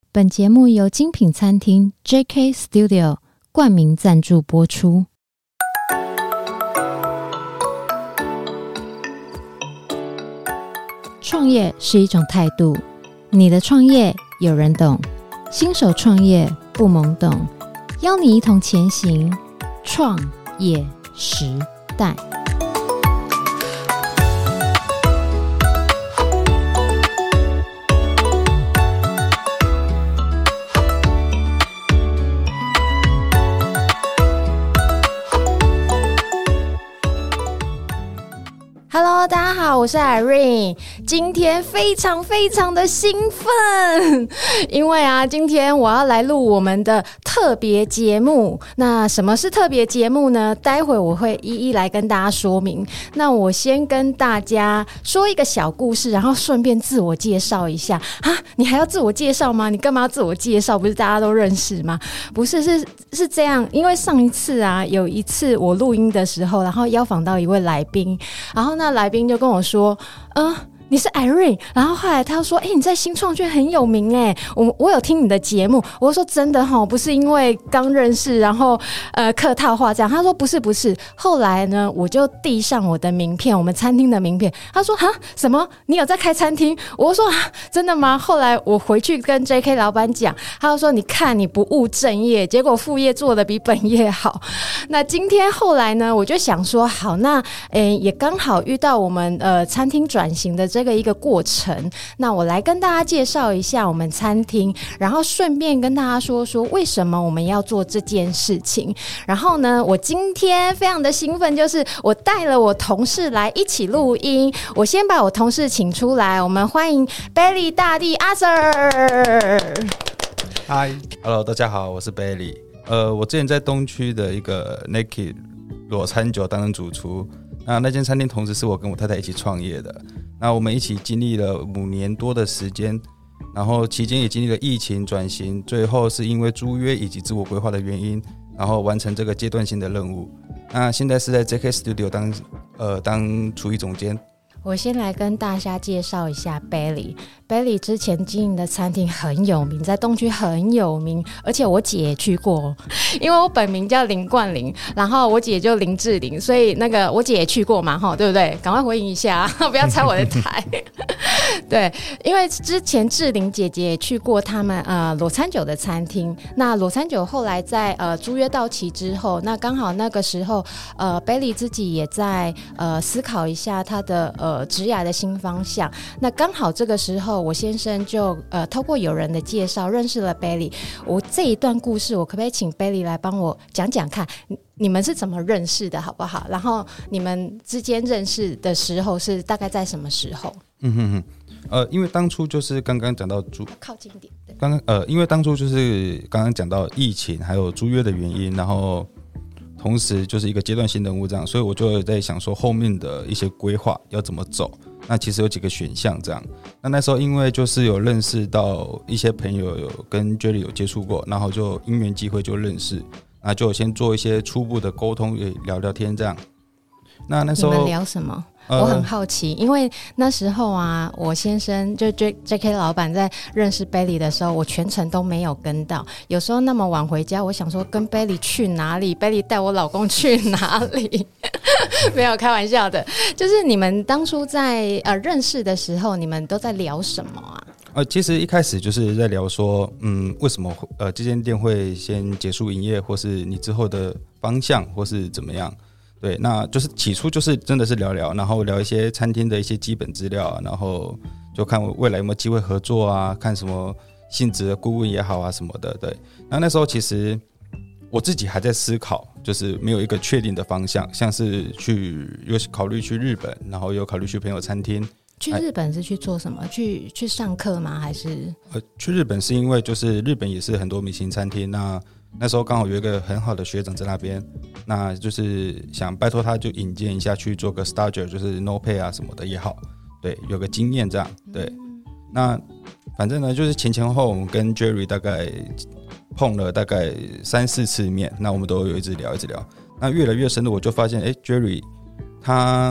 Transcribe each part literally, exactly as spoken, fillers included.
本节目由精品餐厅 J K Studio 冠名赞助播出。创业是一种态度，你的创业有人懂，新手创业不懵懂，邀你一同前行，创业时代。Hello， 大家好，我是 Irene， 今天非常非常的兴奋，因为啊，今天我要来录我们的特别节目。那什么是特别节目呢？待会我会一一来跟大家说明。那我先跟大家说一个小故事，然后顺便自我介绍一下啊。你还要自我介绍吗？你干嘛要自我介绍？不是大家都认识吗？不是，是是这样，因为上一次啊，有一次我录音的时候，然后邀访到一位来宾，然后那来宾就跟我说，嗯、呃。你是 Irene， 然后后来他说：“哎、欸，你在新创圈很有名哎，我我有听你的节目。”我说：“真的齁，不是因为刚认识，然后呃客套话这样。”他说：“不是不是。”后来呢，我就递上我的名片，我们餐厅的名片。他说：“哈，什么？你有在开餐厅？”我说：“啊，真的吗？”后来我回去跟 J K 老板讲，他就说：“你看你不务正业，结果副业做得比本业好。”那今天后来呢，我就想说，好，那诶也刚好遇到我们呃餐厅转型的这。这个一个过程，那我来跟大家介绍一下我们餐厅，然后顺便跟大家说说为什么我们要做这件事情。然后呢，我今天非常的兴奋，就是我带了我同事来一起录音。我先把我同事请出来，我们欢迎 Bailey 大帝阿 Sir。 嗨 ，Hello， 大家好，我是 Bailey。呃，我之前在东区的一个 Naked 裸餐酒担任主厨。那那间餐厅同时是我跟我太太一起创业的，那我们一起经历了五年多的时间，然后期间也经历了疫情转型，最后是因为租约以及自我规划的原因，然后完成这个阶段性的任务。那现在是在 J K Studio 当呃当厨艺总监。 我先来跟大家介绍一下 Bailey。Bailey 之前经营的餐厅很有名，在东区很有名，而且我姐也去过，因为我本名叫林冠霖，然后我姐就林志玲，所以那个我姐也去过嘛，对不对？赶快回应一下，不要拆我的台。对，因为之前志玲姐姐也去过他们呃裸餐酒的餐厅，那裸餐酒后来在呃租约到期之后，那刚好那个时候呃 Bailey 自己也在呃思考一下他的呃职涯的新方向，那刚好这个时候我先生就呃透过有人的介绍认识了 Bailey。 我这一段故事我可不可以请 Bailey 来帮我讲讲看，你们是怎么认识的好不好？然后你们之间认识的时候是大概在什么时候？ 嗯哼哼，呃，因为当初就是刚刚讲到租靠近点，对， 刚刚呃，因为当初就是刚刚讲到疫情还有租约的原因，然后同时就是一个阶段性任务这样，所以我就在想说后面的一些规划要怎么走。那其实有几个选项这样。那那时候因为就是有认识到一些朋友，有跟 Jerry 有接触过，然后就因缘际会就认识，那就先做一些初步的沟通，也聊聊天这样。那那时候你们聊什么？我很好奇，因为那时候啊，我先生就 J K 老板在认识 Bailey 的时候，我全程都没有跟到。有时候那么晚回家，我想说跟 Bailey 去哪里 ？Bailey 带我老公去哪里？没有开玩笑的，就是你们当初在呃认识的时候，你们都在聊什么啊？ 呃，其实一开始就是在聊说，嗯，为什么呃这间店会先结束营业，或是你之后的方向，或是怎么样？对，那就是起初就是真的是聊聊，然后聊一些餐厅的一些基本资料啊，然后就看未来有没有机会合作啊，看什么性质的顾问也好啊什么的。对，那那时候其实我自己还在思考，就是没有一个确定的方向，像是去有考虑去日本，然后有考虑去朋友餐厅。 去日本是去做什么？去去上课吗？还是？ 呃，去日本是因为就是日本也是很多米其林餐厅，那那时候刚好有一个很好的学长在那边，那就是想拜托他就引荐一下去做个 stagiaire， 就是 no pay 啊什么的也好，对，有个经验这样。对，嗯、那反正呢就是前前后后我们跟 Jerry 大概碰了大概三四次面，那我们都有一直聊一直聊，那越来越深的我就发现，哎 ，Jerry 他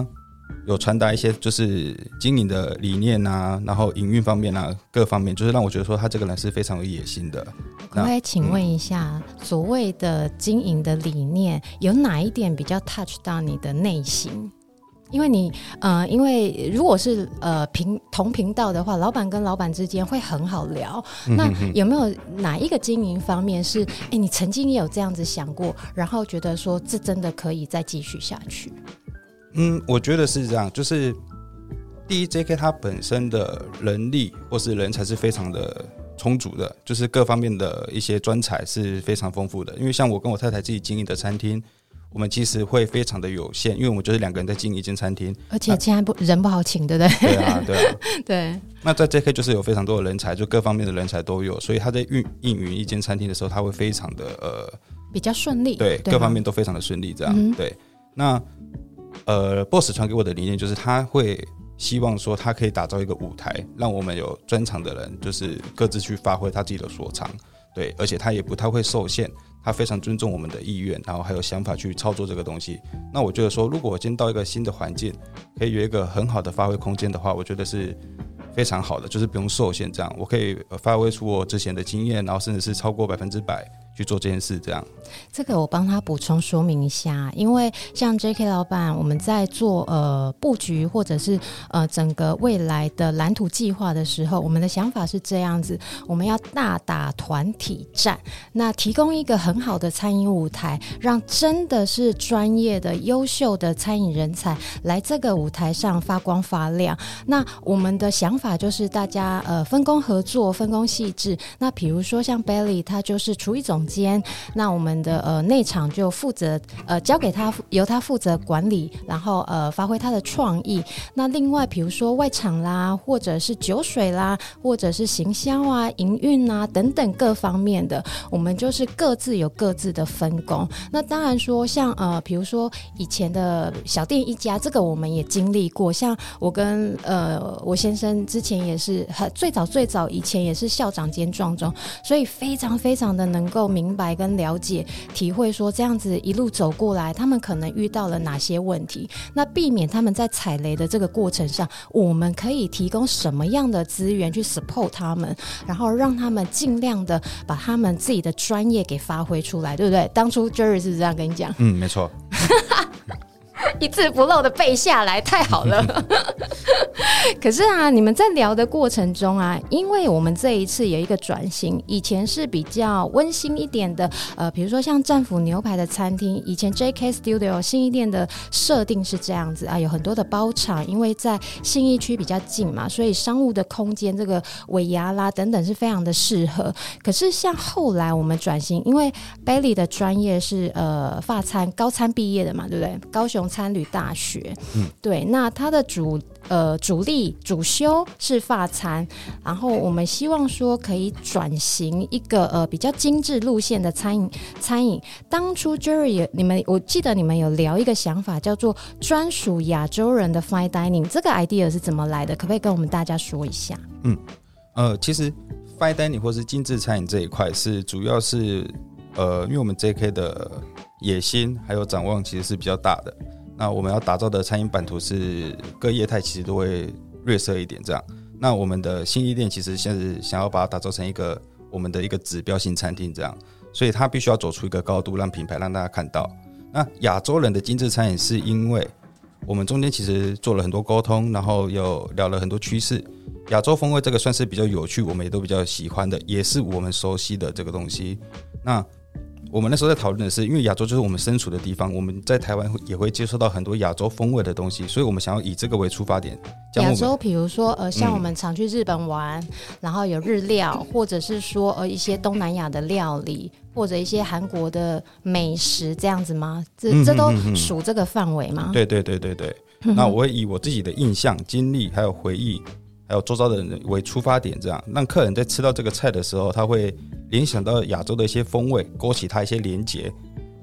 有传达一些就是经营的理念啊，然后营运方面啊，各方面，就是让我觉得说他这个人是非常有野心的。 可不可以请问一下，嗯、所谓的经营的理念，有哪一点比较 touch 到你的内心？因为你呃，因为如果是呃频同频道的话，老板跟老板之间会很好聊。嗯、那有没有哪一个经营方面是，哎，你曾经也有这样子想过，然后觉得说这真的可以再继续下去？ 嗯，我觉得是这样，就是第一 J K 它本身的人力或是人才是非常的充足的，就是各方面的一些专才是非常丰富的。因为像我跟我太太自己经营的餐厅，我们其实会非常的有限，因为我们就是两个人在经营一间餐厅， 而且现在不人不好请，对不对？ 对啊，对啊， 对。 那在 J K 就是有非常多的人才，就各方面的人才都有，所以他在运运营一间餐厅的时候，他会非常的呃比较顺利， 对，各方面都非常的顺利，这样、嗯、对。那呃 ，boss 传给我的理念就是他会希望说他可以打造一个舞台，让我们有专长的人就是各自去发挥他自己的所长，对，而且他也不太会受限。他非常尊重我们的意愿，然后还有想法去操作这个东西。那我觉得说，如果我今天到一个新的环境，可以有一个很好的发挥空间的话，我觉得是非常好的，就是不用受限，这样我可以发挥出我之前的经验，然后甚至是超过百分之百去做这件事。这样， 这个我帮他补充说明一下，因为像 J K 老板，我们在做呃布局或者是呃整个未来的蓝图计划的时候，我们的想法是这样子：我们要大打团体战，那提供一个很好的餐饮舞台，让真的是专业的、优秀的餐饮人才来这个舞台上发光发亮。那我们的想法就是大家呃分工合作、分工细致。那比如说像 Bailey， 他就是厨艺总监，那我们的呃内场就负责呃交给他，由他负责管理，然后呃发挥他的创意。那另外比如说外场啦，或者是酒水啦，或者是行销啊、营运啊等等各方面的，我们就是各自有各自的分工。那当然说像呃比如说以前的小店一家，这个我们也经历过。像我跟呃我先生之前也是很最早最早以前也是校长兼撞钟，所以非常非常的能够明白跟了解体会说这样子一路走过来他们可能遇到了哪些问题，那避免他们在踩雷的这个过程上我们可以提供什么样的资源去 support 他们，然后让他们尽量的把他们自己的专业给发挥出来，对不对？当初 Jerry 是不是这样跟你讲？ 嗯，没错。 一字不漏的背下来，太好了。可是啊，你们在聊的过程中啊，因为我们这一次有一个转型，以前是比较温馨一点的，呃，比如说像战斧牛排的餐厅，以前 J K Studio 信义店的设定是这样子啊，有很多的包场，因为在信义区比较近嘛，所以商务的空间这个尾牙啦等等是非常的适合。可是像后来我们转型，因为 Bailey 的专业是呃法餐高餐毕业的嘛，对不对？高雄餐旅大学，嗯，对，那他的主呃主力主修是法餐，然后我们希望说可以转型一个呃比较精致路线的餐饮餐饮。当初 Jerry 你们我记得你们有聊一个想法，叫做专属亚洲人的 fine dining， 这个 idea 是怎么来的？可不可以跟我们大家说一下？ 嗯，呃，其实 fine dining 或是精致餐饮这一块是主要是呃，因为我们 J K 的野心还有展望其实是比较大的。那我们要打造的餐饮版图是各业态其实都会略色一点这样。那我们的信义店其实现在想要把它打造成一个我们的一个指标性餐厅这样，所以它必须要走出一个高度，让品牌让大家看到。那亚洲人的精致餐饮是因为我们中间其实做了很多沟通，然后有聊了很多趋势。亚洲风味这个算是比较有趣，我们也都比较喜欢的，也是我们熟悉的这个东西。那我们那时候在讨论的是，因为亚洲就是我们身处的地方，我们在台湾也会接受到很多亚洲风味的东西，所以我们想要以这个为出发点。 亚洲比如说呃，像我们常去日本玩、嗯、然后有日料，或者是说呃一些东南亚的料理，或者一些韩国的美食这样子吗？这这都属这个范围吗？ 对对对对对。那我会以我自己的印象、经历还有回忆还有周遭的人为出发点，这样让客人在吃到这个菜的时候，他会联想到亚洲的一些风味，勾起他一些连结。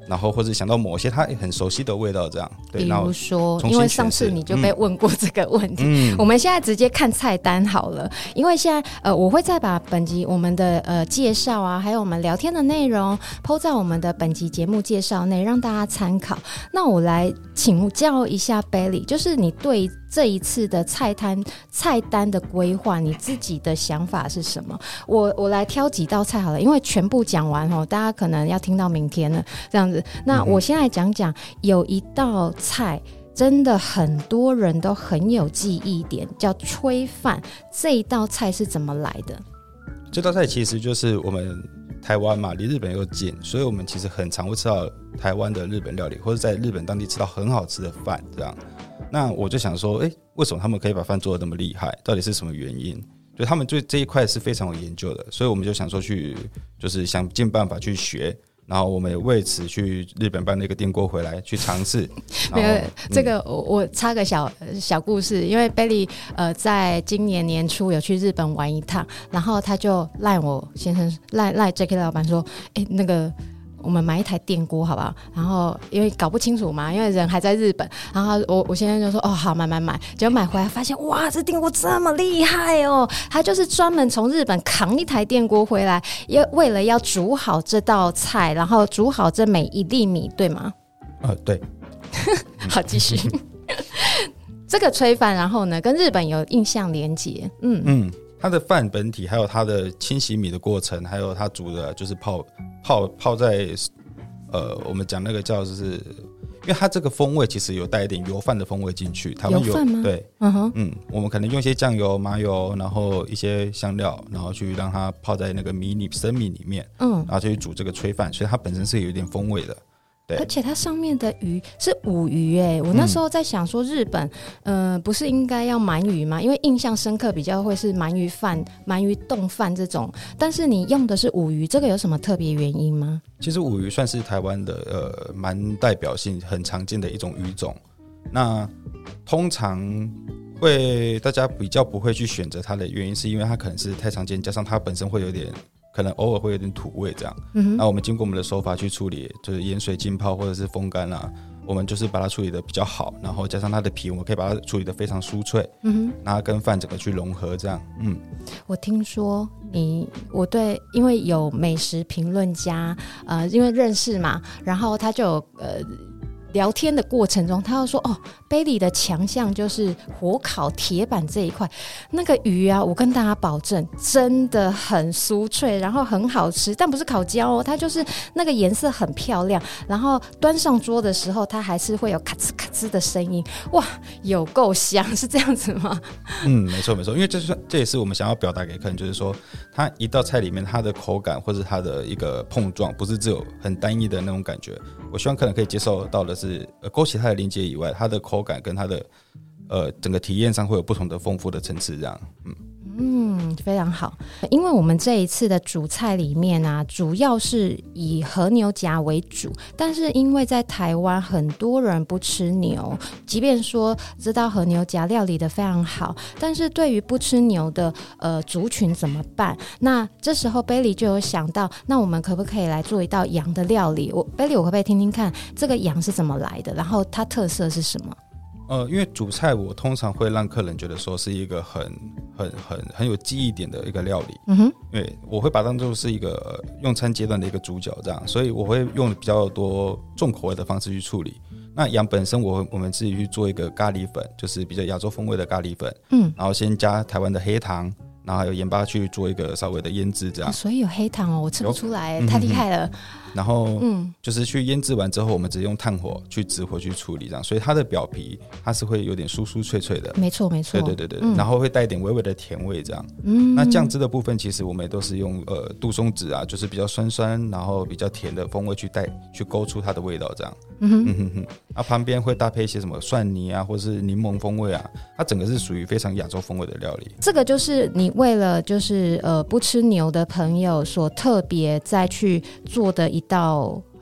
然后或者想到某些他很熟悉的味道这样。对， 比如说因为上次你就被问过这个问题、嗯、我们现在直接看菜单好了，因为现在呃我会再把本集我们的呃介绍啊还有我们聊天的内容 po 在我们的本集节目介绍内让大家参考。那我来请教一下 Bailey， 就是你对这一次的菜单菜单的规划你自己的想法是什么？我我来挑几道菜好了，因为全部讲完哦，大家可能要听到明天了这样子。那我先来讲讲，有一道菜真的很多人都很有记忆点，叫炊饭。这一道菜是怎么来的？ 这道菜其实就是我们台湾嘛，离日本又近，所以我们其实很常会吃到台湾的日本料理，或者在日本当地吃到很好吃的饭这样。那我就想说，哎、欸，为什么他们可以把饭做得那么厉害？到底是什么原因？就他们对这一块是非常有研究的，所以我们就想说去，就是想尽办法去学。然后我们也为此去日本搬了一个电锅回来去尝试。 没有这个我，我插个小小故事，因为 Bailey 呃在今年年初有去日本玩一趟，然后他就赖我先生赖赖 J K 老板说，哎那个。我们买一台电锅好不好？然后因为搞不清楚嘛，因为人还在日本，然后我我先生就说哦好买买买，结果买回来发现哇这电锅这么厉害哦，他就是专门从日本扛一台电锅回来，也为了要煮好这道菜，然后煮好这每一粒米，对吗？ 呃对。 好继续。这个炊饭然后呢跟日本有印象连结。嗯嗯，它的饭本体还有它的清洗米的过程，还有它煮的就是泡泡泡在呃，我们讲那个叫就是，因为它这个风味其实有带一点油饭的风味进去。台湾有油饭吗？ 对，嗯哼，嗯，我们可能用一些酱油、麻油，然后一些香料，然后去让它泡在那个米里生米里面，嗯，然后就去煮这个炊饭，所以它本身是有一点风味的。 而且它上面的鱼是午鱼哎，我那时候在想说日本、嗯、呃不是应该要鳗鱼吗？因为印象深刻比较会是鳗鱼饭、鳗鱼冻饭这种，但是你用的是午鱼，这个有什么特别原因吗？ 其实午鱼算是台湾的呃蛮代表性、很常见的一种鱼种。那通常会大家比较不会去选择它的原因，是因为它可能是太常见，加上它本身会有点。可能偶尔会有点土味这样、嗯、那我们经过我们的手法去处理，就是盐水浸泡或者是风干啊，我们就是把它处理的比较好，然后加上它的皮我们可以把它处理的非常酥脆，嗯，然后跟饭整个去融合这样。嗯， 我听说你我对因为有美食评论家呃因为认识嘛，然后他就有呃聊天的过程中他要说哦 Bailey 的强项就是火烤铁板这一块，那个鱼啊我跟大家保证真的很酥脆，然后很好吃，但不是烤焦哦，它就是那个颜色很漂亮，然后端上桌的时候它还是会有咔哧咔哧的声音，哇有够香，是这样子吗？ 嗯，没错没错，因为 这, 这也是我们想要表达给客人，就是说它一道菜里面它的口感或是它的一个碰撞不是只有很单一的那种感觉，我希望客人可以接受到的是呃，勾起它的连接以外，它的口感跟它的呃整个体验上会有不同的丰富的层次，这样。嗯嗯，非常好。因为我们这一次的主菜里面啊，主要是以和牛夹为主，但是因为在台湾很多人不吃牛，即便说知道和牛夹料理的非常好，但是对于不吃牛的呃族群怎么办？那这时候 Bailey 就有想到，那我们可不可以来做一道羊的料理？我 Bailey 我可不可以听听看这个羊是怎么来的，然后它特色是什么？ 呃，因为主菜我通常会让客人觉得说是一个很很很很有记忆点的一个料理，嗯哼，因为我会把它当作是一个、呃、用餐阶段的一个主角这样，所以我会用比较多重口味的方式去处理。那羊本身我我们自己去做一个咖喱粉，就是比较亚洲风味的咖喱粉，嗯，然后先加台湾的黑糖，然后还有盐巴去做一个稍微的腌制这样、 哦、所以有黑糖哦，我吃不出来，太厉害了。 然后就是去腌制完之后我们直接用炭火去直火去处理这样，所以它的表皮它是会有点酥酥脆脆的，没错没错，对对对对、嗯、然后会带一点微微的甜味这样、嗯、那酱汁的部分其实我们也都是用呃杜松子啊，就是比较酸酸然后比较甜的风味去带去勾出它的味道这样。嗯哼嗯哼哼，那旁边会搭配一些什么蒜泥啊或是柠檬风味啊，它整个是属于非常亚洲风味的料理。 这个就是你为了就是呃不吃牛的朋友所特别再去做的一道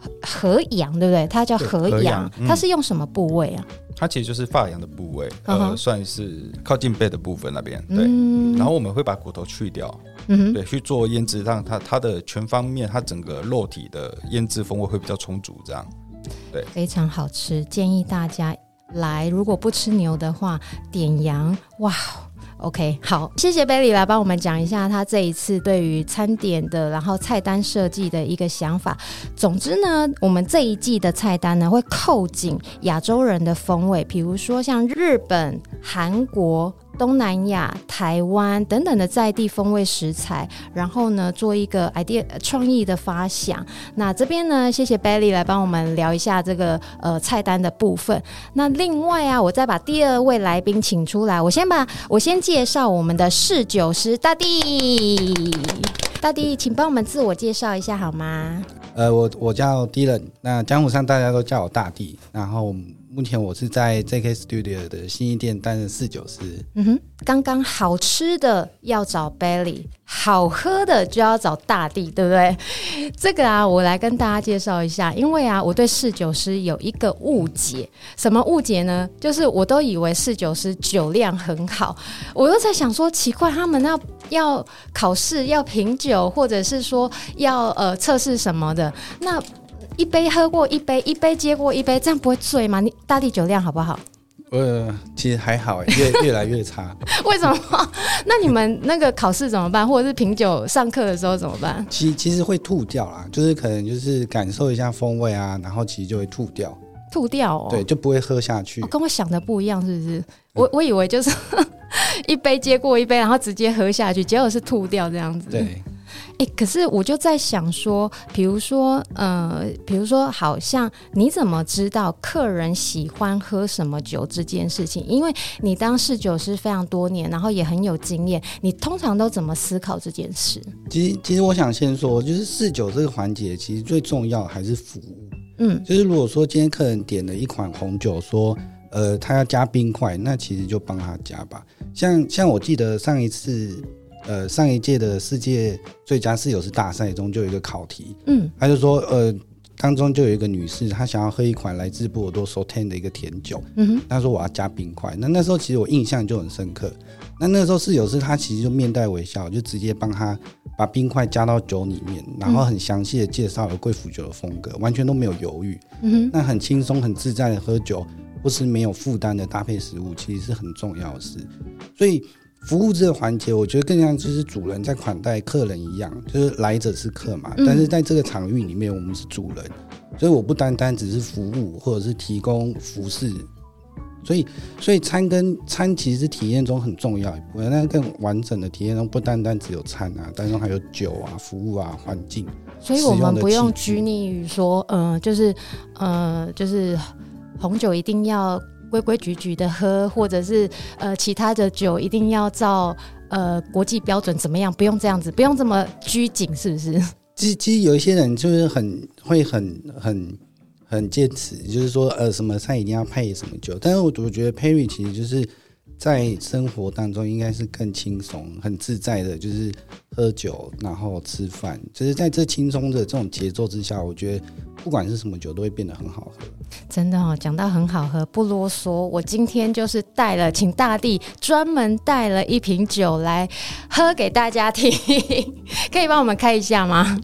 和阳，对不对？它叫和阳，嗯、它是用什么部位啊？ 它其实就是发阳的部位，呃， uh-huh. 算是靠近背的部分那边，对。 嗯、 然后我们会把骨头去掉， 嗯、 对，去做腌制，让它它的全方面，它整个肉体的腌制风味会比较充足，这样，对， 非常好吃。建议大家来，如果不吃牛的话，点羊，哇。OK， 好，谢谢 Bailey 来帮我们讲一下他这一次对于餐点的然后菜单设计的一个想法。总之呢，我们这一季的菜单呢会扣紧亚洲人的风味，比如说像日本、韩国、东南亚、台湾等等的在地风味食材，然后呢做一个 idea 创意的发想。那这边呢，谢谢 Bailey 来帮我们聊一下这个呃菜单的部分。那另外啊，我再把第二位来宾请出来，我先把我先介绍我们的侍酒师大地。大地，请帮我们自我介绍一下好吗？ 呃，我我叫 Dylan， 那江湖上大家都叫我大地，然后目前我是在 J K Studio 的信义店担任侍酒师。 嗯哼，刚刚好吃的要找 Bailey， 好喝的就要找大地，对不对？这个啊，我来跟大家介绍一下，因为啊，我对侍酒师有一个误解。什么误解呢？就是我都以为侍酒师酒量很好，我又在想说，奇怪，他们要要考试、要品酒，或者是说要呃测试什么的，那一杯喝过一杯，一杯接过一杯，这样不会醉吗？你大地酒量好不好？ 呃，其实还好，越越来越差。 为什么？那你们那个考试怎么办？或者是品酒上课的时候怎么办？ 其其实会吐掉啦，就是可能就是感受一下风味啊，然后其实就会吐掉。 吐掉哦？对， 就不会喝下去。 哦、跟我想的不一样，是不是？嗯、我我以为就是一杯接过一杯，然后直接喝下去，结果是吐掉这样子。 对。 欸、可是我就在想说，比如说呃，比如说好像你怎么知道客人喜欢喝什么酒这件事情？因为你当侍酒师非常多年，然后也很有经验，你通常都怎么思考这件事？ 其实其实我想先说，就是侍酒这个环节其实最重要还是服务。 嗯， 就是如果说今天客人点了一款红酒说呃他要加冰块，那其实就帮他加吧。像像我记得上一次呃，上一届的世界最佳侍酒师大赛中就有一个考题， 嗯， 他就说，呃，当中就有一个女士，她想要喝一款来自波尔多 Sauternes 的一个甜酒， 嗯哼， 她说我要加冰块。那那时候其实我印象就很深刻。那那时候侍酒师他其实就面带微笑，就直接帮他把冰块加到酒里面，然后很详细的介绍了贵腐酒的风格，完全都没有犹豫。 嗯哼， 那很轻松、很自在的喝酒，或是没有负担的搭配食物，其实是很重要的事。所以服务这个环节，我觉得更像就是主人在款待客人一样，就是来者是客嘛，嗯、但是在这个场域里面，我们是主人，所以我不单单只是服务或者是提供服饰，所以所以餐跟餐其实是体验中很重要一部分，但更完整的体验中不单单只有餐啊，当中还有酒啊、服务啊、环境， 所以我们不用拘泥于说，呃，就是呃，就是红酒一定要规规矩矩的喝，或者是呃其他的酒一定要照呃国际标准怎么样？不用这样子，不用这么拘谨，是不是？ 其实其实有一些人就是很会很很很坚持，就是说呃什么菜一定要配什么酒，但是我我觉得 Perry 其实就是在生活当中应该是更轻松、很自在的，就是喝酒然后吃饭，就是在这轻松的这种节奏之下，我觉得不管是什么酒都会变得很好喝。 真的哦，讲到很好喝，不啰嗦。我今天就是带了，请大地专门带了一瓶酒来喝给大家听，可以帮我们开一下吗？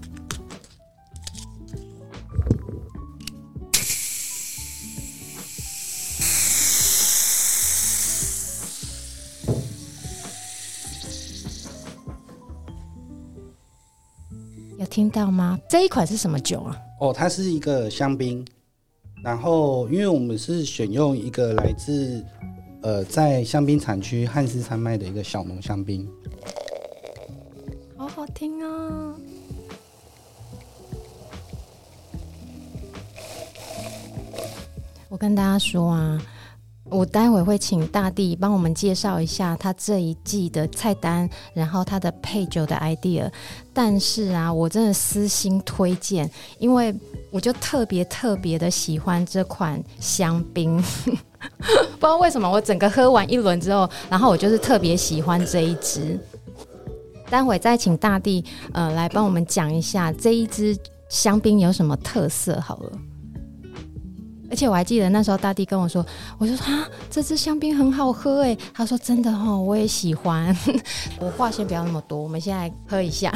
有听到吗？这一款是什么酒啊？ 哦，它是一个香槟。然后因为我们是选用一个来自呃在香槟产区汉斯山脉的一个小农香槟， 好好听啊。我跟大家说啊，我待会会请大地帮我们介绍一下他这一季的菜单，然后他的配酒的 idea。但是啊，我真的私心推荐，因为我就特别特别的喜欢这款香槟不知道为什么我整个喝完一轮之后，然后我就是特别喜欢这一支。待会再请大地呃来帮我们讲一下这一支香槟有什么特色好了。而且我还记得那时候大地跟我说，我就说啊，这支香槟很好喝哎，他说真的哦，我也喜欢。我话先不要那么多，我们现在喝一下。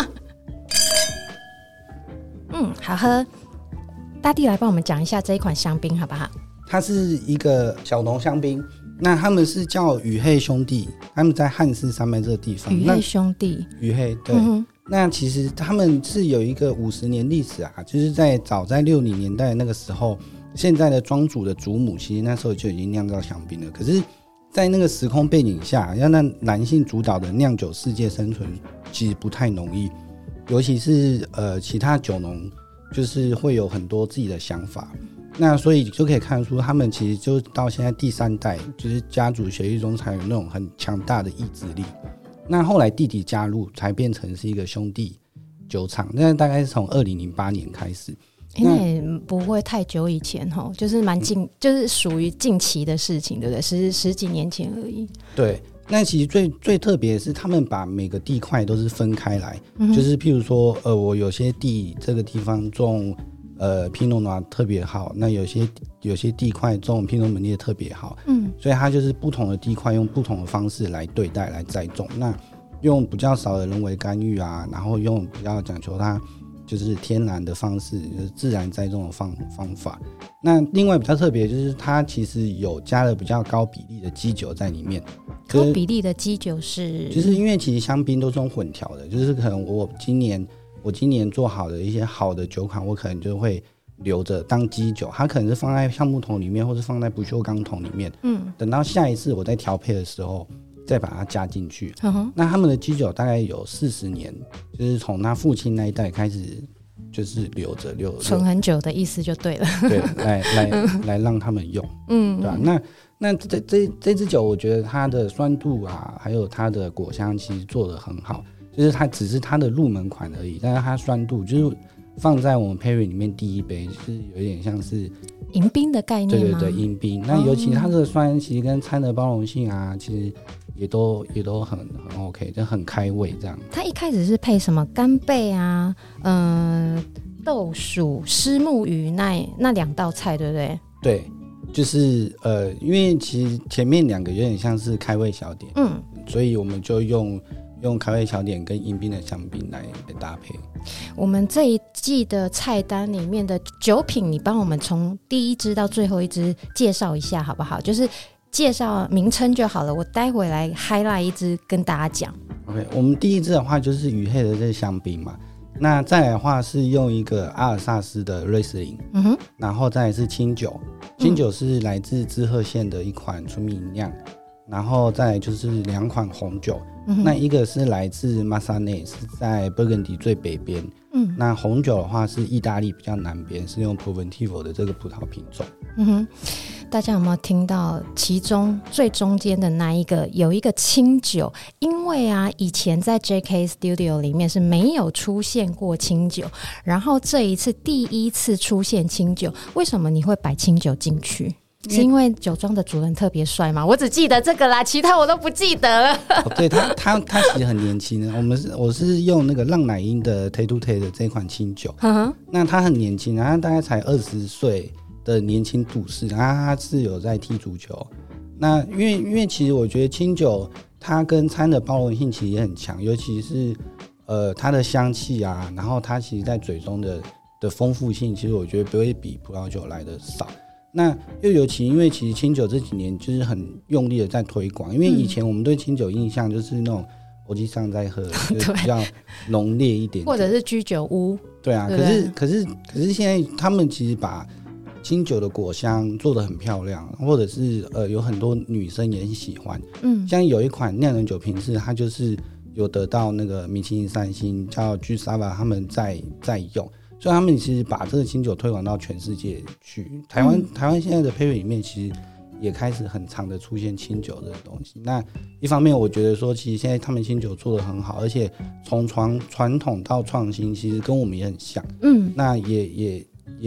嗯，好喝。大地来帮我们讲一下这一款香槟好不好？ 它是一个小农香槟，那他们是叫宇黑兄弟，他们在汉斯山脉这个地方。 宇黑兄弟， 宇黑对、 嗯。 那其实他们是有一个五十年历史啊，就是在早在六零年代那个时候。现在的庄主的祖母其实那时候就已经酿造香槟了，可是在那个时空背景下，要让男性主导的酿酒世界生存其实不太容易，尤其是呃其他酒农就是会有很多自己的想法，那所以就可以看出他们其实就到现在第三代，就是家族协议中才有那种很强大的意志力。那后来弟弟加入才变成是一个兄弟酒厂，那大概是从二零零八年开始。 因为不会太久以前吼，就是蛮近、嗯，就是属于近期的事情，对不对？十十几年前而已。 对，那其实最最特别的是，他们把每个地块都是分开来，嗯、就是譬如说，呃，我有些地这个地方种呃皮诺诺特别好，那有些有些地块种皮诺门列特别好，嗯，所以它就是不同的地块用不同的方式来对待来栽种，那用比较少的人为干预啊，然后用比较讲求它。就是天然的方式，就是自然栽种的 方, 方法。那另外比较特别就是它其实有加了比较高比例的基酒在里面。 高比例的基酒是？就是因为其实香槟都是用混调的，就是可能我今年我今年做好的一些好的酒款，我可能就会留着当基酒，它可能是放在橡木桶里面，或是放在不锈钢桶里面。嗯，等到下一次我在调配的时候。再把它加进去、嗯、那他们的基酒大概有四十年，就是从他父亲那一代开始就是留着留着存很久的意思就对了， 对，来来来让他们用，嗯，对吧、啊？那那这这这支酒，我觉得它的酸度啊，还有它的果香，其实做得很好，就是它只是它的入门款而已，但是它酸度就是放在我们 Perry 里面第一杯，就是有一点像是迎宾的概念吗？ 对对对，迎宾。那尤其它的酸，其实跟餐的包容性啊，其实。也都也都很很 OK， 就很开胃这样。 它一开始是配什么干贝啊，嗯、呃，豆薯、虱目鱼那那两道菜，对不对？ 对，就是呃，因为其实前面两个有点像是开胃小点，嗯，所以我们就用用开胃小点跟迎宾的香槟来来搭配。 我们这一季的菜单里面的酒品，你帮我们从第一支到最后一支介绍一下好不好？就是介绍名称就好了，我待会来 highlight 一支跟大家讲。 OK， 我们第一支的话就是宇黑的这香槟嘛，那再来的话是用一个阿尔萨斯的瑞士林，嗯哼，然后再来是清酒，清酒是来自滋贺县的一款纯米酿，然后再来就是两款红酒，嗯、那一个是来自马萨内，是在勃艮第最北边，嗯，那红酒的话是意大利比较南边，是用 Proventivo 的这个葡萄品种，嗯哼。 大家有没有听到其中最中间的那一个有一个清酒？因为啊以前在 J K Studio 里面是没有出现过清酒，然后这一次第一次出现清酒，为什么你会摆清酒进去？是因为酒庄的主人特别帅吗？我只记得这个啦，其他我都不记得了。 哦、对他他他其实很年轻，我们是我是用那个浪乃英的 Tay to Tay 的这款清酒，嗯、那他很年轻，他大概才二十岁的年轻都市，然后他是有在踢足球。那因为因为其实我觉得清酒它跟餐的包容性其实也很强，尤其是呃它的香气啊，然后它其实在嘴中的的丰富性，其实我觉得不会比葡萄酒来的少。那又尤其因为其实清酒这几年就是很用力的在推广，因为以前我们对清酒印象就是那种欧吉桑在喝，就是比较浓烈一点点， 或者是居酒屋。 对啊，对，可是可是可是现在他们其实把清酒的果香做得很漂亮，或者是呃有很多女生也很喜欢。嗯，像有一款酿人酒瓶是它就是有得到那个米其林三星，叫 G Sava 他们在在用，所以他们其实把这个清酒推广到全世界去。台湾、嗯、台湾现在的配乐里面其实也开始很常的出现清酒这个东西。那一方面我觉得说其实现在他们清酒做得很好，而且从传传统到创新其实跟我们也很像。嗯，那也也也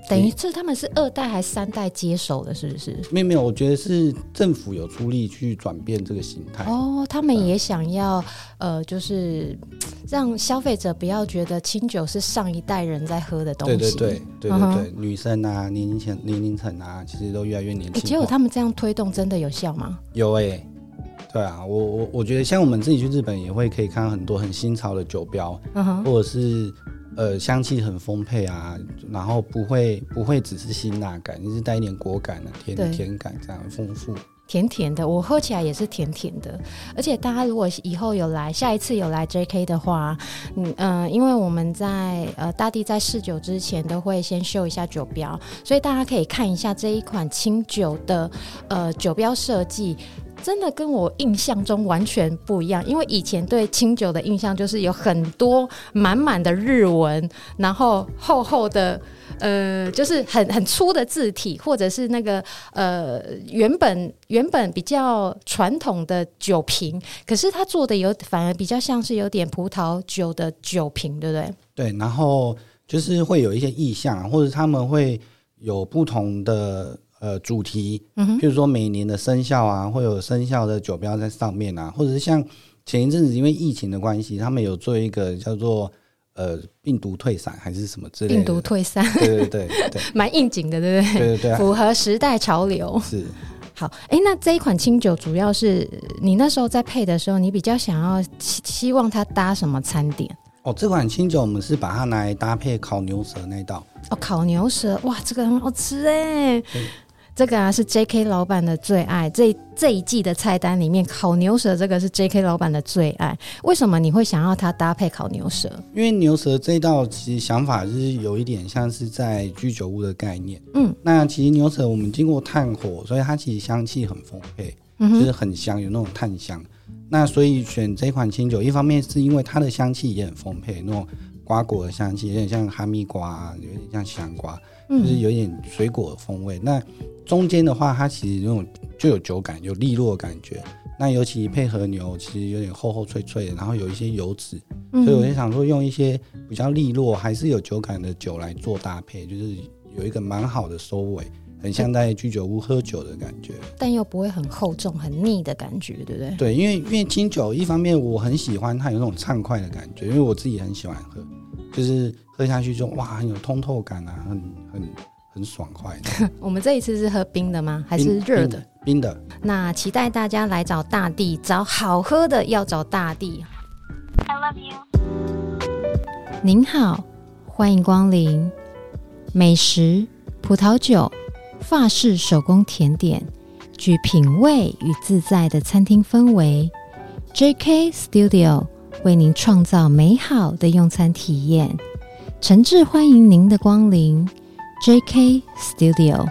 等于这他们是二代还是三代接手的，是不是？ 没有没有，我觉得是政府有出力去转变这个形态。 哦，他们也想要呃，就是让消费者不要觉得清酒是上一代人在喝的东西。 对对对对对对，嗯、女生啊，年龄层年龄层啊，其实都越来越年轻化。 结果他们这样推动真的有效吗？ 有哎、欸。对啊，我我我觉得像我们自己去日本也会可以看到很多很新潮的酒标，嗯、或者是呃香气很丰沛啊，然后不会不会只是辛辣感，就是带一点果感啊、甜甜感这样丰富。 甜甜的，我喝起来也是甜甜的。而且大家如果以后有来，下一次有来 J K 的话，嗯、呃、因为我们在呃大地在试酒之前都会先秀一下酒标，所以大家可以看一下这一款清酒的呃酒标设计。真的跟我印象中完全不一样，因为以前对清酒的印象就是有很多满满的日文，然后厚厚的呃，就是很很粗的字体，或者是那个呃原本原本比较传统的酒瓶，可是它做的有反而比较像是有点葡萄酒的酒瓶，对不对？ 对，然后就是会有一些意象，或者他们会有不同的。呃，主题，嗯，譬如说每年的生肖啊，会有生肖的酒标在上面啊，或者是像前一阵子因为疫情的关系，他们有做一个叫做呃病毒退散还是什么之类的。 病毒退散， 对对对对， 蛮应景的，对不对？ 对对对、啊， 符合时代潮流。 是。 好，哎，那这一款清酒主要是你那时候在配的时候，你比较想要希望它搭什么餐点？ 哦，这款清酒我们是把它拿来搭配烤牛舌那道。 哦，烤牛舌，哇，这个很好吃哎。这个啊是 J K 老板的最爱，这这一季的菜单里面烤牛舌这个是 J K 老板的最爱。为什么你会想要它搭配烤牛舌？ 因为牛舌这一道其实想法就是有一点像是在居酒屋的概念。嗯，那其实牛舌我们经过炭火，所以它其实香气很丰沛，嗯、就是很香，有那种炭香。那所以选这款清酒，一方面是因为它的香气也很丰沛，那种瓜果的香气有点像哈密瓜，有点像香瓜，就是有点水果的风味。那中间的话，它其实那种就有酒感，有利落的感觉。那尤其配合牛，其实有点厚厚脆脆的，然后有一些油脂，嗯、所以我就想说用一些比较利落还是有酒感的酒来做搭配，就是有一个蛮好的收尾，很像在居酒屋喝酒的感觉， 但又不会很厚重、很腻的感觉，对不对？ 对，因为因为清酒一方面我很喜欢它有那种畅快的感觉，因为我自己很喜欢喝，就是喝下去就哇很有通透感啊，很很。很爽快的。 我们这一次是喝冰的吗？还是热的？ 冰的。 那期待大家来找大地，找好喝的要找大地。I love you。您好，欢迎光临。美食、葡萄酒、法式手工甜点，具品味与自在的餐厅氛围。J K Studio 为您创造美好的用餐体验，诚挚欢迎您的光临。J K Studio。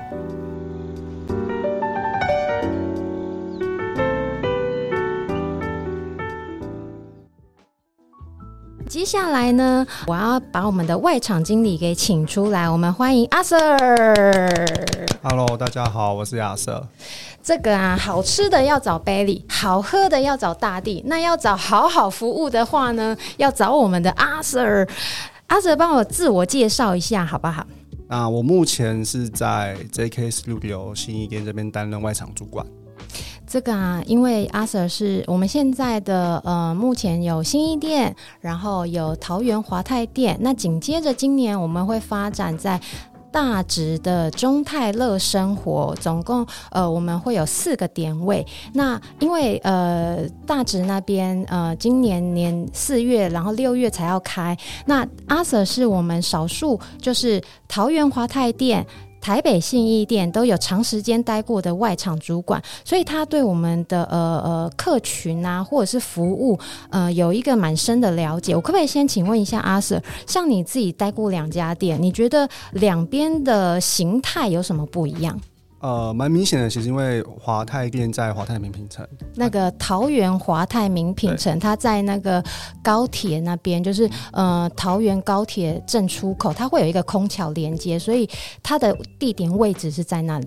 接下来呢，我要把我们的外场经理给请出来，我们欢迎阿 Sir。Hello， 大家好，我是阿 Sir。 这个啊，好吃的要找 Bailey， 好喝的要找大地，那要找好好服务的话呢，要找我们的阿 Sir。阿 Sir 帮我自我介绍一下好不好？ 那我目前是在 J K Studio 信义店这边担任外场主管。 这个啊，因为阿 Sir 是我们现在的呃，目前有信义店，然后有桃园华泰店，那紧接着今年我们会发展在大直的中泰乐生活，总共呃我们会有四个点位。那因为呃大直那边呃今年年四月，然后六月才要开。那阿 Sir 是我们少数就是桃园华泰店、台北信义店都有长时间待过的外场主管，所以他对我们的呃呃客群啊，或者是服务呃有一个蛮深的了解。我可不可以先请问一下阿 Sir， 像你自己待过两家店，你觉得两边的形态有什么不一样？ 呃，蛮明显的，其实因为华泰店在华泰名品城， 那个桃园华泰名品城，它在那个高铁那边，就是呃桃园高铁正出口，它会有一个空桥连接，所以它的地点位置是在那里。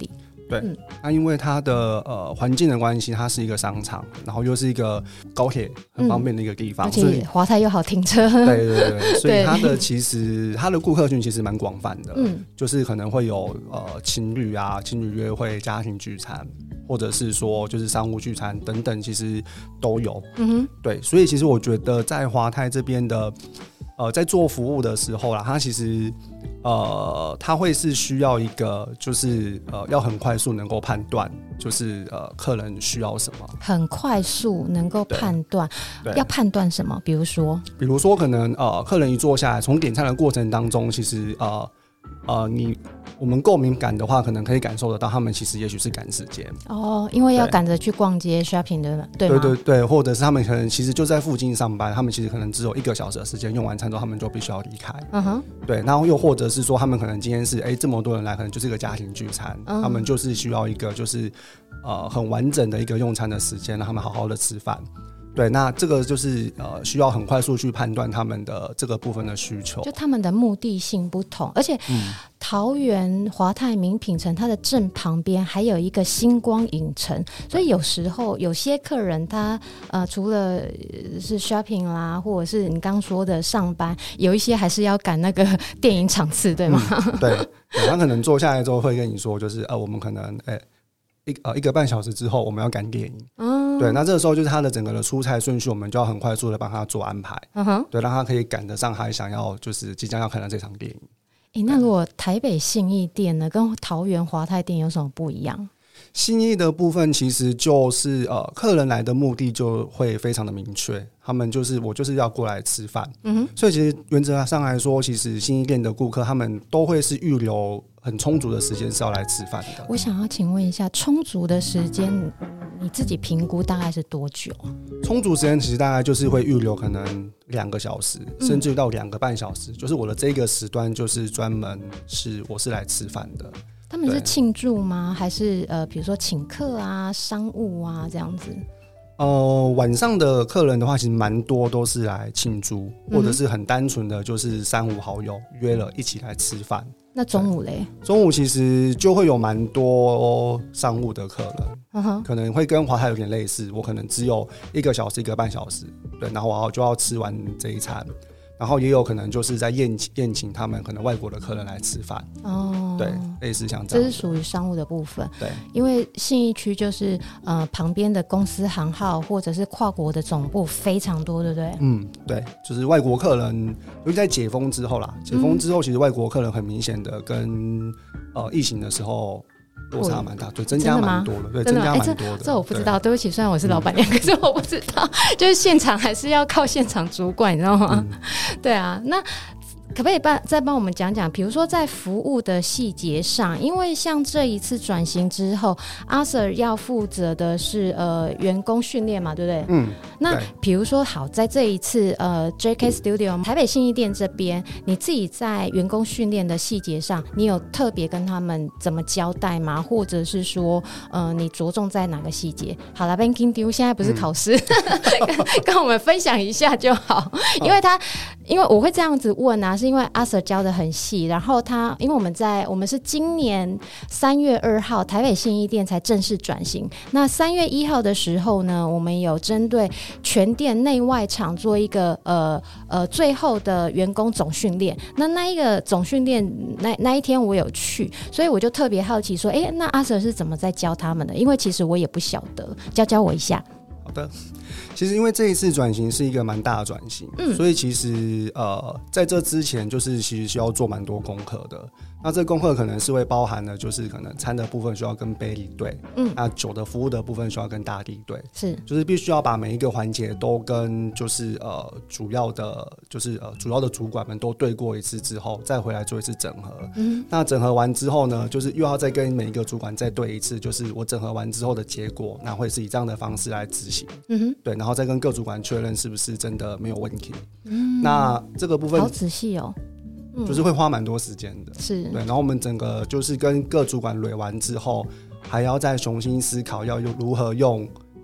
对， 嗯那、因为它的呃环境的关系，它是一个商场，然后又是一个高铁很方便的一个地方， 而所以且华泰又好停车。 对对对，所以它的其实它的顾客群其实蛮广泛的， 嗯， 就是可能会有呃情侣啊、情侣约会、家庭聚餐，或者是说就是商务聚餐等等，其实都有。 嗯哼， 对，所以其实我觉得在华泰这边的呃在做服务的时候啦，它其实呃它会是需要一个就是呃要很快速能够判断，就是呃客人需要什么， 很快速能够判断， 对， 要判断什么？比如说， 比如说可能呃客人一坐下来，从点餐的过程当中，其实呃呃你我们够敏感的话，可能可以感受得到他们其实也许是赶时间。 哦，因为要对赶着去逛街 shopping 的，对吗？ 对对对，或者是他们可能其实就在附近上班，他们其实可能只有一个小时的时间，用完餐之后他们就必须要离开。 嗯哼， 对，然后又或者是说他们可能今天是哎这么多人来，可能就是一个家庭聚餐， 嗯他们就是需要一个就是呃很完整的一个用餐的时间，让他们好好的吃饭。对，那这个就是呃需要很快速去判断他们的这个部分的需求。 就他们的目的性不同，而且桃园华泰名品城它的正旁边还有一个星光影城，所以有时候有些客人他呃除了是 shopping 啦，或者是你刚说的上班，有一些还是要赶那个电影场次，对吗？ 嗯、对，对他可能坐下来之后会跟你说，就是呃我们可能哎。一呃一个半小时之后，我们要赶电影。嗯，对，那这个时候就是他的整个的出菜顺序，我们就要很快速的帮他做安排。嗯哼，对，让他可以赶得上他想要就是即将要看的这场电影。 欸、那如果台北信义店呢，跟桃园华泰店有什么不一样？ 信义的部分其实就是呃，客人来的目的就会非常的明确，他们就是我就是要过来吃饭。嗯哼，所以其实原则上来说，其实信义店的顾客他们都会是预留很充足的时间是要来吃饭的。 我想要请问一下，充足的时间你自己评估大概是多久？ 充足时间其实大概就是会预留可能两个小时，嗯、甚至到两个半小时，就是我的这个时段就是专门是我是来吃饭的。 他们是庆祝吗？还是呃，比如说请客啊、商务啊这样子？ 呃，晚上的客人的话，其实蛮多都是来庆祝，或者是很单纯的就是三五好友约了一起来吃饭。 那中午嘞？ 中午其实就会有蛮多商务的客人，嗯哼，可能会跟华泰有点类似。我可能只有一个小时、一个半小时，对，然后我就要吃完这一餐。然后也有可能就是在宴请宴请他们可能外国的客人来吃饭哦，对，类似像这样， 这是属于商务的部分。 对， 因为信义区就是呃旁边的公司行号或者是跨国的总部非常多，对不对？ 嗯，对，就是外国客人，尤其在解封之后啦，解封之后其实外国客人很明显的跟呃疫情的时候落差蛮大，对，增加蛮多的，对，增加蛮多的、欸这。 这我不知道，对不起，虽然我是老板娘，可是我不知道，就是现场还是要靠现场主管，你知道吗？嗯、对啊，那。可不可以再帮我们讲讲，比如说在服务的细节上，因为像这一次转型之后，阿 Sir 要负责的是呃员工训练嘛，对不对？嗯。那比如说，好，在这一次呃 J K Studio 台北信义店这边，你自己在员工训练的细节上，你有特别跟他们怎么交代吗？或者是说，呃，你着重在哪个细节？好了 ，Banking Deal 现在不是考试，嗯、跟, 跟我们分享一下就好，因为他。因为我会这样子问啊，是因为阿 Sir 教的很细，然后他因为我们在我们是今年三月二号台北信义店才正式转型，那三月一号的时候呢，我们有针对全店内外场做一个呃呃最后的员工总训练，那那一个总训练那那一天我有去，所以我就特别好奇说，哎，那阿 Sir 是怎么在教他们的？因为其实我也不晓得，教教我一下。 好的，其实因为这一次转型是一个蛮大的转型，嗯，所以其实呃在这之前就是其实需要做蛮多功课的。那这功课可能是会包含的，就是可能餐的部分需要跟杯里对，嗯，那酒的服务的部分需要跟大地对， 是， 就是必须要把每一个环节都跟就是呃主要的，就是呃主要的主管们都对过一次之后，再回来做一次整合。嗯，那整合完之后呢，就是又要再跟每一个主管再对一次，就是我整合完之后的结果，那会是以这样的方式来执行。嗯哼，对，然后再跟各主管确认是不是真的没有问题。嗯，那这个部分好仔细哦。 就是会花蛮多时间的， 是对。然后我们整个就是跟各主管捋完之后，还要再重新思考要如何用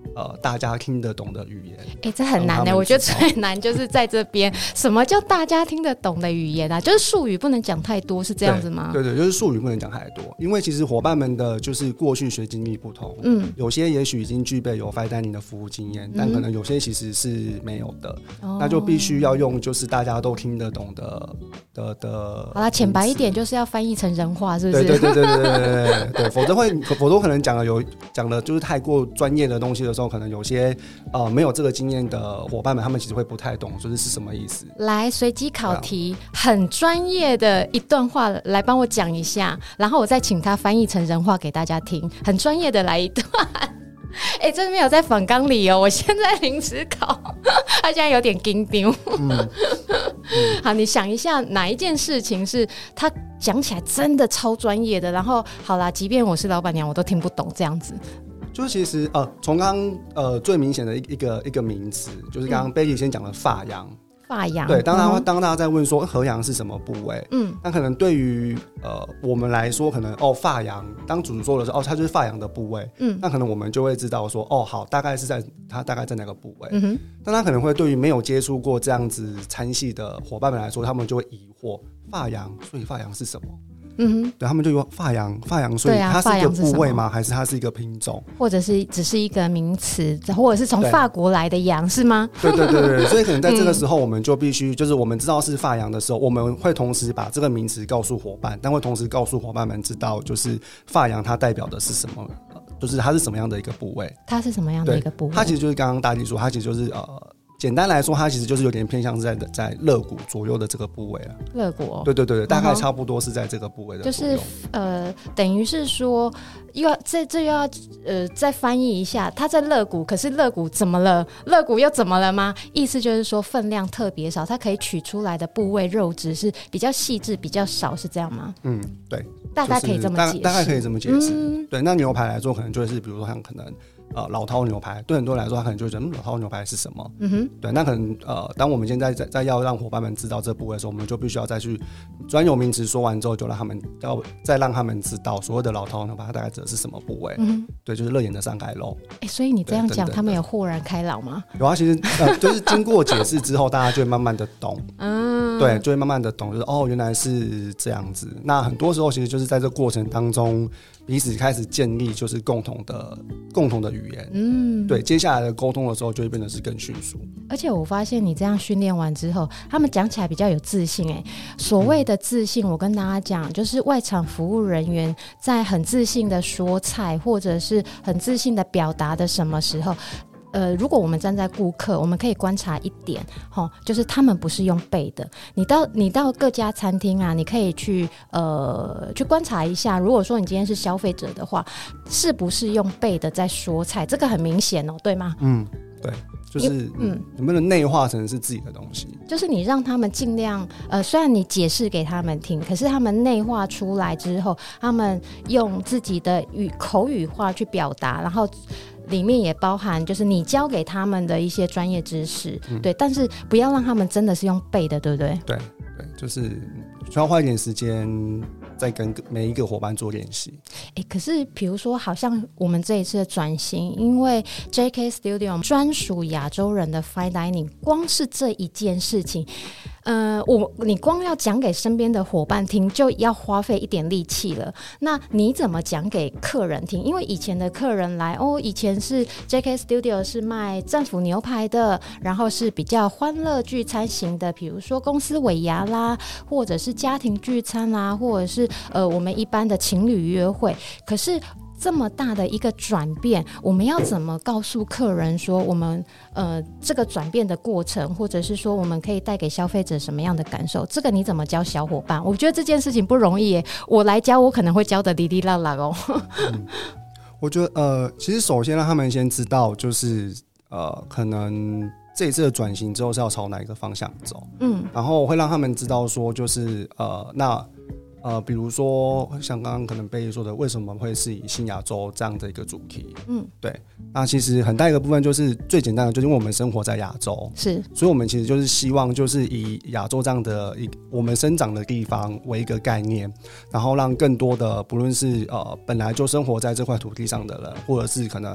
呃大家听得懂的语言。 哎、欸，这很难的、欸，我觉得最难就是在这边，什么叫大家听得懂的语言啊？就是术语不能讲太多，是这样子吗？ 对 对, 对，就是术语不能讲太多，因为其实伙伴们的就是过去学经历不同，嗯，有些也许已经具备有 fine dining 的服务经验，但可能有些其实是没有的，嗯、那就必须要用就是大家都听得懂的的的。 好啦，浅白一点就是要翻译成人话，是不是？ 对对对对对对对对，否则会否则可能讲的有讲的就是太过专业的东西的时候，可能有些呃没有这个经验的伙伴们，他们其实会不太懂，就是是什么意思。 来，随机考题，很专业的一段话来帮我讲一下，然后我再请他翻译成人话给大家听，很专业的来一段。哎、欸，这没有在访纲里哦，我现在临时考，他现在有点紧张。嗯嗯、好，你想一下，哪一件事情是他讲起来真的超专业的？然后好啦，即便我是老板娘，我都听不懂这样子。 就其实呃，从刚刚呃最明显的一个一个名词，就是刚刚 Betty 先讲的发扬。 发扬对，当他、嗯、当大家在问说合阳是什么部位，嗯，那可能对于呃我们来说，可能哦发扬，当主说的时候，哦，它就是发扬的部位，嗯，那可能我们就会知道说，哦，好，大概是在它大概在哪个部位，嗯哼，但他可能会对于没有接触过这样子参系的伙伴们来说，他们就会疑惑，发扬，所以发扬是什么？嗯哼，对，他们就用发扬，发扬，所以它是一个部位吗？还是它是一个品种， 或者是只是一个名词，或者是从法国来的羊是吗？ 对对对对，所以可能在这个时候，我们就必须，就是我们知道是发扬的时候，我们会同时把这个名词告诉伙伴，但会同时告诉伙伴们知道，就是发扬它代表的是什么，就是它是什么样的一个部位， 它是什么样的一个部位？ 它其实就是刚刚大弟说，它其实就是呃。简单来说，它其实就是有点偏向是在在肋骨左右的这个部位啊。 肋骨、哦， 对对对对，大概差不多是在这个部位的左右。 就是呃，等于是说，又要这这又要呃再翻译一下，它在肋骨，可是肋骨怎么了？肋骨又怎么了吗？意思就是说分量特别少，它可以取出来的部位肉质是比较细致、比较少，是这样吗？ 嗯，对， 大概可以这么解释。 大概可以这么解释。嗯、对，那牛排来说，可能就是比如说像可能。呃，老饕牛排对很多人来说，他可能就会觉得，嗯，老饕牛排是什么？嗯哼，对，那可能呃，当我们现在在在要让伙伴们知道这部位的时候，我们就必须要再去专有名词说完之后，就让他们要再让他们知道所谓的老饕牛排它大概指的是什么部位。嗯，对，就是肋眼的上盖肉。 哎、欸，所以你这样讲，他们有豁然开朗吗？ 有啊，其实呃，就是经过解释之后，大家就会慢慢的懂。嗯，对，就会慢慢的懂，就是哦，原来是这样子。那很多时候其实就是在这过程当中。彼此开始建立就是共同的共同的语言，嗯，对，接下来的沟通的时候就会变得是更迅速。 而且我发现你这样训练完之后，他们讲起来比较有自信、欸。哎，所谓的自信，我跟大家讲，就是外场服务人员在很自信的说菜，或者是很自信的表达的什么时候。呃，如果我们站在顾客，我们可以观察一点，齁，就是他们不是用背的。你到你到各家餐厅啊，你可以去呃去观察一下。如果说你今天是消费者的话，是不是用背的在说菜？这个很明显哦，对吗？ 嗯，对。就是嗯，能不能内化成是自己的东西？ 就是你让他们尽量呃，虽然你解释给他们听，可是他们内化出来之后，他们用自己的语口语化去表达，然后里面也包含就是你教给他们的一些专业知识，嗯、对，但是不要让他们真的是用背的，对不对？ 对对，就是需要花一点时间。在跟每一个伙伴做练习。 欸，可是比如说好像我们这一次的转型，因为 J K Studio 专属亚洲人的 Fine Dining， 光是这一件事情呃，我你光要讲给身边的伙伴听就要花费一点力气了，那你怎么讲给客人听？因为以前的客人来哦，以前是 J K Studio 是卖战斧牛排的，然后是比较欢乐聚餐型的，比如说公司尾牙啦，或者是家庭聚餐啦，或者是呃我们一般的情侣约会。可是这么大的一个转变，我们要怎么告诉客人说我们呃这个转变的过程，或者是说我们可以带给消费者什么样的感受？这个你怎么教小伙伴？我觉得这件事情不容易耶，我来教我可能会教的哩哩啦啦哦。 嗯、我觉得呃，其实首先让他们先知道，就是呃，可能这一次的转型之后是要朝哪一个方向走，嗯，然后会让他们知道说，就是呃，那。呃，比如说像刚刚可能贝利说的，为什么会是以新亚洲这样的一个主题？嗯，对。那其实很大一个部分就是最简单的，就是因为我们生活在亚洲， 是， 所以我们其实就是希望就是以亚洲这样的一我们生长的地方为一个概念，然后让更多的不论是呃本来就生活在这块土地上的人，或者是可能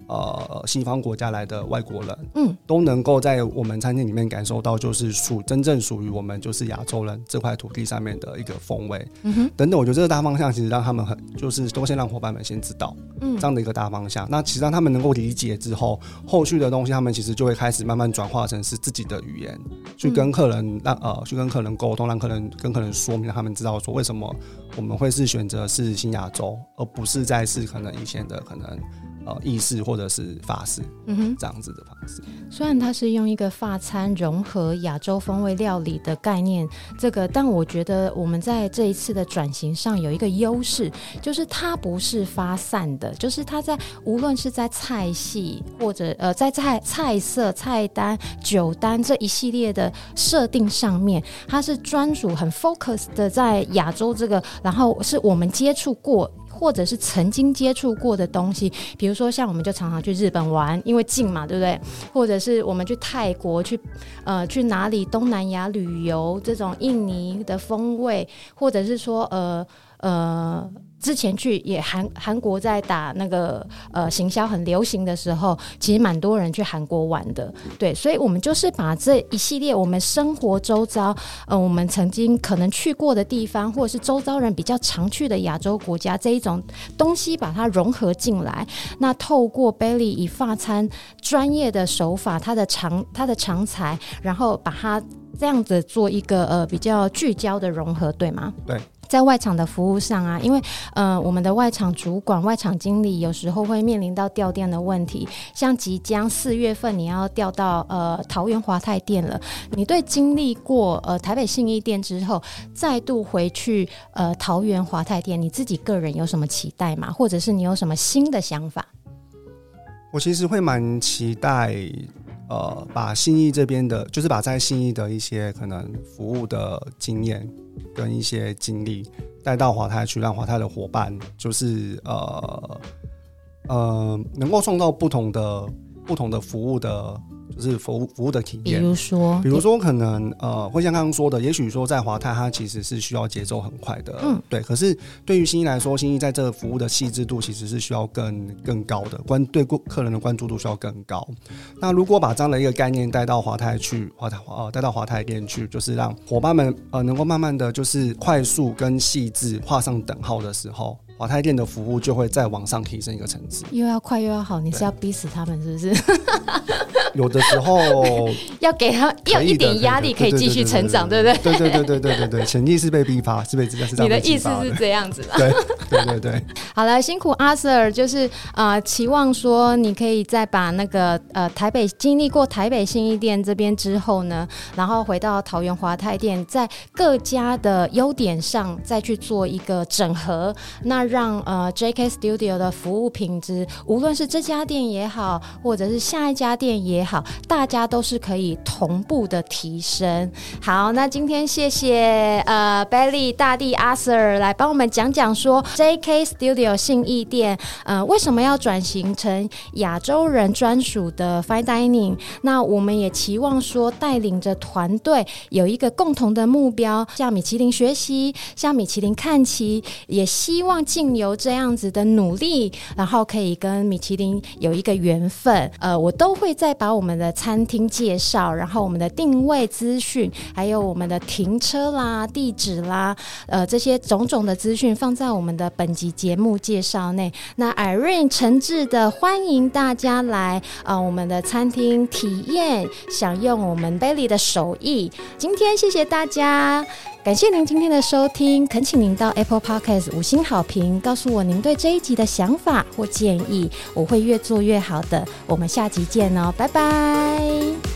呃西方国家来的外国人， 嗯， 都能够在我们餐厅里面感受到，就是属真正属于我们就是亚洲人这块土地上面的一个风味，嗯哼，等等。我觉得这个大方向其实让他们很就是都先让伙伴们先知道，嗯，这样的一个大方向。那其实让他们能够理解之后，后续的东西他们其实就会开始慢慢转化成是自己的语言，去跟客人让呃去跟客人沟通，让客人跟客人说明，让他们知道说为什么我们会是选择是新亚洲，而不是再是可能以前的可能呃意式或者是法式，嗯哼，这样子的方式。 虽然它是用一个法餐融合亚洲风味料理的概念，这个，但我觉得我们在这一次的转型上有一个优势，就是它不是发散的，就是它在无论是在菜系或者呃在菜菜色、菜单、酒单这一系列的设定上面，它是专属很 focus 的在亚洲这个，然后是我们接触过或者是曾经接触过的东西，比如说像我们就常常去日本玩，因为近嘛，对不对？或者是我们去泰国去呃去哪里东南亚旅游，这种印尼的风味，或者是说呃呃之前去也韩韩国在打那个呃行销很流行的时候，其实蛮多人去韩国玩的，对，所以我们就是把这一系列我们生活周遭呃我们曾经可能去过的地方，或者是周遭人比较常去的亚洲国家这一种东西把它融合进来。那透过 Bailey 以法餐专业的手法，它的长它的长才，然后把它这样子做一个呃比较聚焦的融合，对吗？ 对。 在外场的服务上啊，因为呃我们的外场主管、外场经理有时候会面临到调店的问题，像即将四月份你要调到呃桃园华泰店了，你对经历过呃台北信义店之后再度回去呃桃园华泰店，你自己个人有什么期待吗？或者是你有什么新的想法？ 我其实会蛮期待呃把信义这边的，就是把在信义的一些可能服务的经验跟一些经历带到华泰去，让华泰的伙伴就是呃呃能够创造不同的不同的服务的，就是服务服务的体验。 比如说， 比如说可能呃会像刚刚说的，也许说在华泰它其实是需要节奏很快的，嗯，对。可是对于新义来说，新义在这个服务的细致度其实是需要更更高的，关对客人的关注度需要更高。那如果把这样的一个概念带到华泰去，华泰呃带到华泰店去，就是让伙伴们呃能够慢慢的就是快速跟细致画上等号的时候，华泰店的服务就会再往上提升一个层次。 又要快又要好，你是要逼死他们是不是？ 有的时候要给他要一点压力，可以继续成长，对不对？ 对对对对对对对，潜力是被逼发，是被是这样。 你的意思是这样子的。 对对对对。 好了，辛苦阿 Sir， 就是呃，期望说你可以再把那个呃台北经历过台北信义店这边之后呢，然后回到桃园华泰店，在各家的优点上再去做一个整合，那让呃 J K Studio 的服务品质，无论是这家店也好，或者是下一家店也好，大家都是可以同步的提升。好，那今天谢谢呃 Bailey 大地阿 Sir 来帮我们讲讲说 J K Studio 信义店呃为什么要转型成亚洲人专属的 Fine Dining。那我们也期望说带领着团队有一个共同的目标，向米其林学习，向米其林看齐，也希望经由这样子的努力，然后可以跟米其林有一个缘分。呃，我都会再把我们的餐厅介绍，然后我们的定位资讯，还有我们的停车啦、地址啦，呃，这些种种的资讯放在我们的本集节目介绍内。那 Irene 诚挚的欢迎大家来呃我们的餐厅体验，享用我们 Bailey 的手艺。今天谢谢大家。感谢您今天的收听，恳请您到 Apple Podcast 五星好评，告诉我您对这一集的想法或建议，我会越做越好的。我们下集见哦，拜拜。